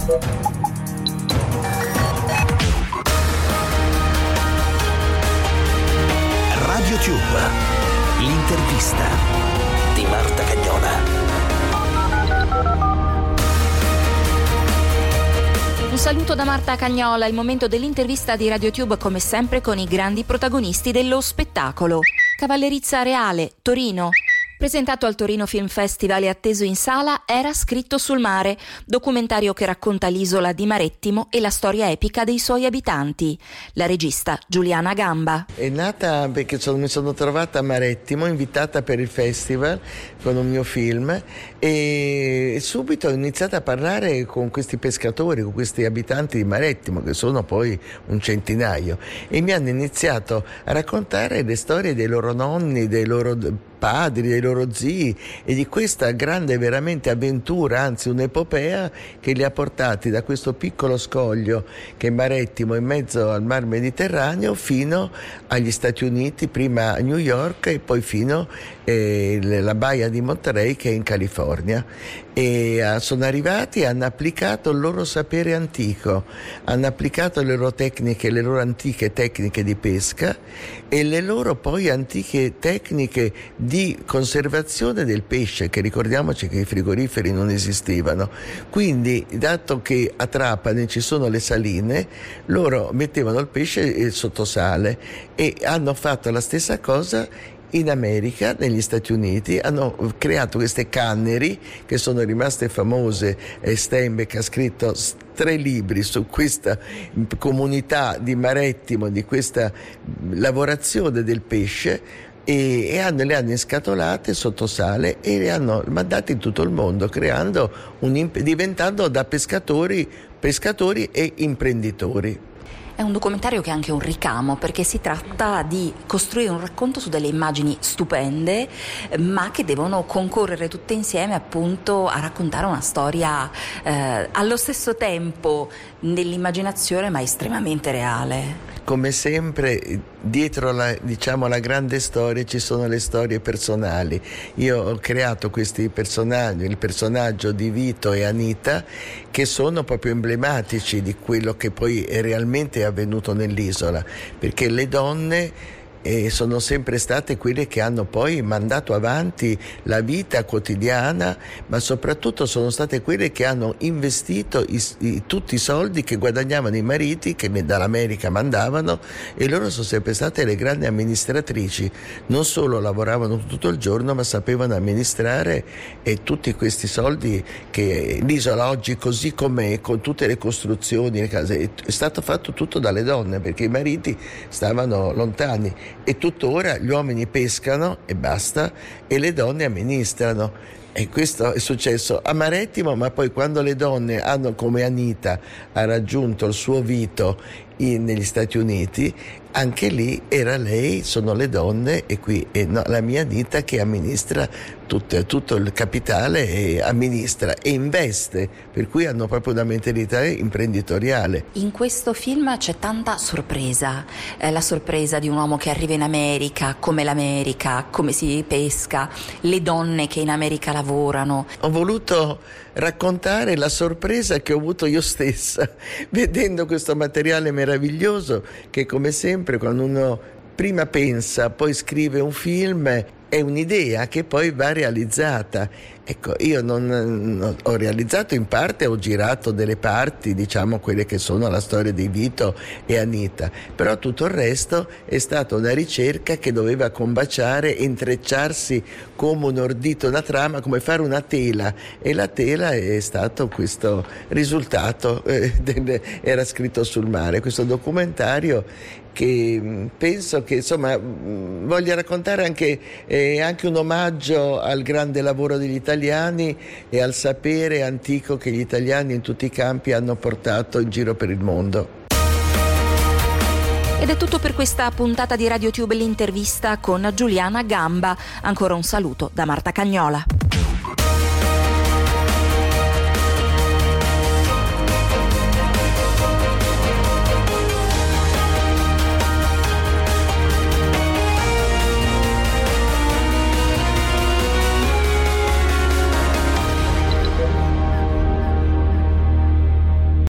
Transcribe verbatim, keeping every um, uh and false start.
RadioTube, l'intervista di Marta Cagnola. Un saluto da Marta Cagnola, il momento dell'intervista di RadioTube come sempre con i grandi protagonisti dello spettacolo. Cavallerizza Reale, Torino. Presentato al Torino Film Festival e atteso in sala, Era scritto sul mare, documentario che racconta l'isola di Marettimo e la storia epica dei suoi abitanti. La regista Giuliana Gamba. È nata perché sono, mi sono trovata a Marettimo, invitata per il festival con un mio film, e subito ho iniziato a parlare con questi pescatori, con questi abitanti di Marettimo, che sono poi un centinaio, e mi hanno iniziato a raccontare le storie dei loro nonni, dei loro padri, dei loro zii, e di questa grande veramente avventura, anzi un'epopea che li ha portati da questo piccolo scoglio che è Marettimo in mezzo al mar Mediterraneo fino agli Stati Uniti, prima a New York e poi fino eh, alla baia di Monterey che è in California. E uh, sono arrivati e hanno applicato il loro sapere antico, hanno applicato le loro tecniche, le loro antiche tecniche di pesca e le loro poi antiche tecniche di conservazione del pesce, che ricordiamoci che i frigoriferi non esistevano. Quindi, dato che a Trapani ci sono le saline, loro mettevano il pesce sotto sale e hanno fatto la stessa cosa in America, negli Stati Uniti. Hanno creato queste cannery che sono rimaste famose. Steinbeck ha scritto tre libri su questa comunità di Marettimo, di questa lavorazione del pesce, e, e hanno, le hanno inscatolate sotto sale e le hanno mandate in tutto il mondo, creando un imp- diventando da pescatori, pescatori e imprenditori. È un documentario che è anche un ricamo, perché si tratta di costruire un racconto su delle immagini stupende, ma che devono concorrere tutte insieme appunto a raccontare una storia eh, allo stesso tempo nell'immaginazione ma estremamente reale. Come sempre, dietro la, diciamo, la grande storia ci sono le storie personali. Io ho creato questi personaggi, il personaggio di Vito e Anita, che sono proprio emblematici di quello che poi è realmente avvenuto nell'isola, perché le donne e sono sempre state quelle che hanno poi mandato avanti la vita quotidiana, ma soprattutto sono state quelle che hanno investito i, i, tutti i soldi che guadagnavano i mariti, che dall'America mandavano, e loro sono sempre state le grandi amministratrici. Non solo lavoravano tutto il giorno, ma sapevano amministrare e tutti questi soldi che l'isola oggi così com'è, con tutte le costruzioni, le case, è stato fatto tutto dalle donne, perché i mariti stavano lontani. E tuttora gli uomini pescano e basta, e le donne amministrano. E questo è successo a Marettimo, ma poi quando le donne hanno, come Anita, ha raggiunto il suo Vito in, negli Stati Uniti, anche lì era lei, sono le donne, e qui è no, la mia Anita che amministra tutto, tutto il capitale, e amministra e investe, per cui hanno proprio una mentalità imprenditoriale. In questo film c'è tanta sorpresa, eh, la sorpresa di un uomo che arriva in America, come l'America, come si pesca, le donne che in America lavorano. Ho voluto raccontare la sorpresa che ho avuto io stessa vedendo questo materiale meraviglioso, che come sempre quando uno prima pensa, poi scrive un film, è un'idea che poi va realizzata. Ecco, io non, non ho realizzato in parte, ho girato delle parti, diciamo quelle che sono la storia di Vito e Anita, però tutto il resto è stata una ricerca che doveva combaciare, intrecciarsi come un ordito, una trama, come fare una tela, e la tela è stato questo risultato, eh, del, Era scritto sul mare, questo documentario che penso che insomma voglia raccontare anche, eh, anche un omaggio al grande lavoro degli italiani e al sapere antico che gli italiani in tutti i campi hanno portato in giro per il mondo. Ed è tutto per questa puntata di RadioTube, l'intervista con Giuliana Gamba. Ancora un saluto da Marta Cagnola.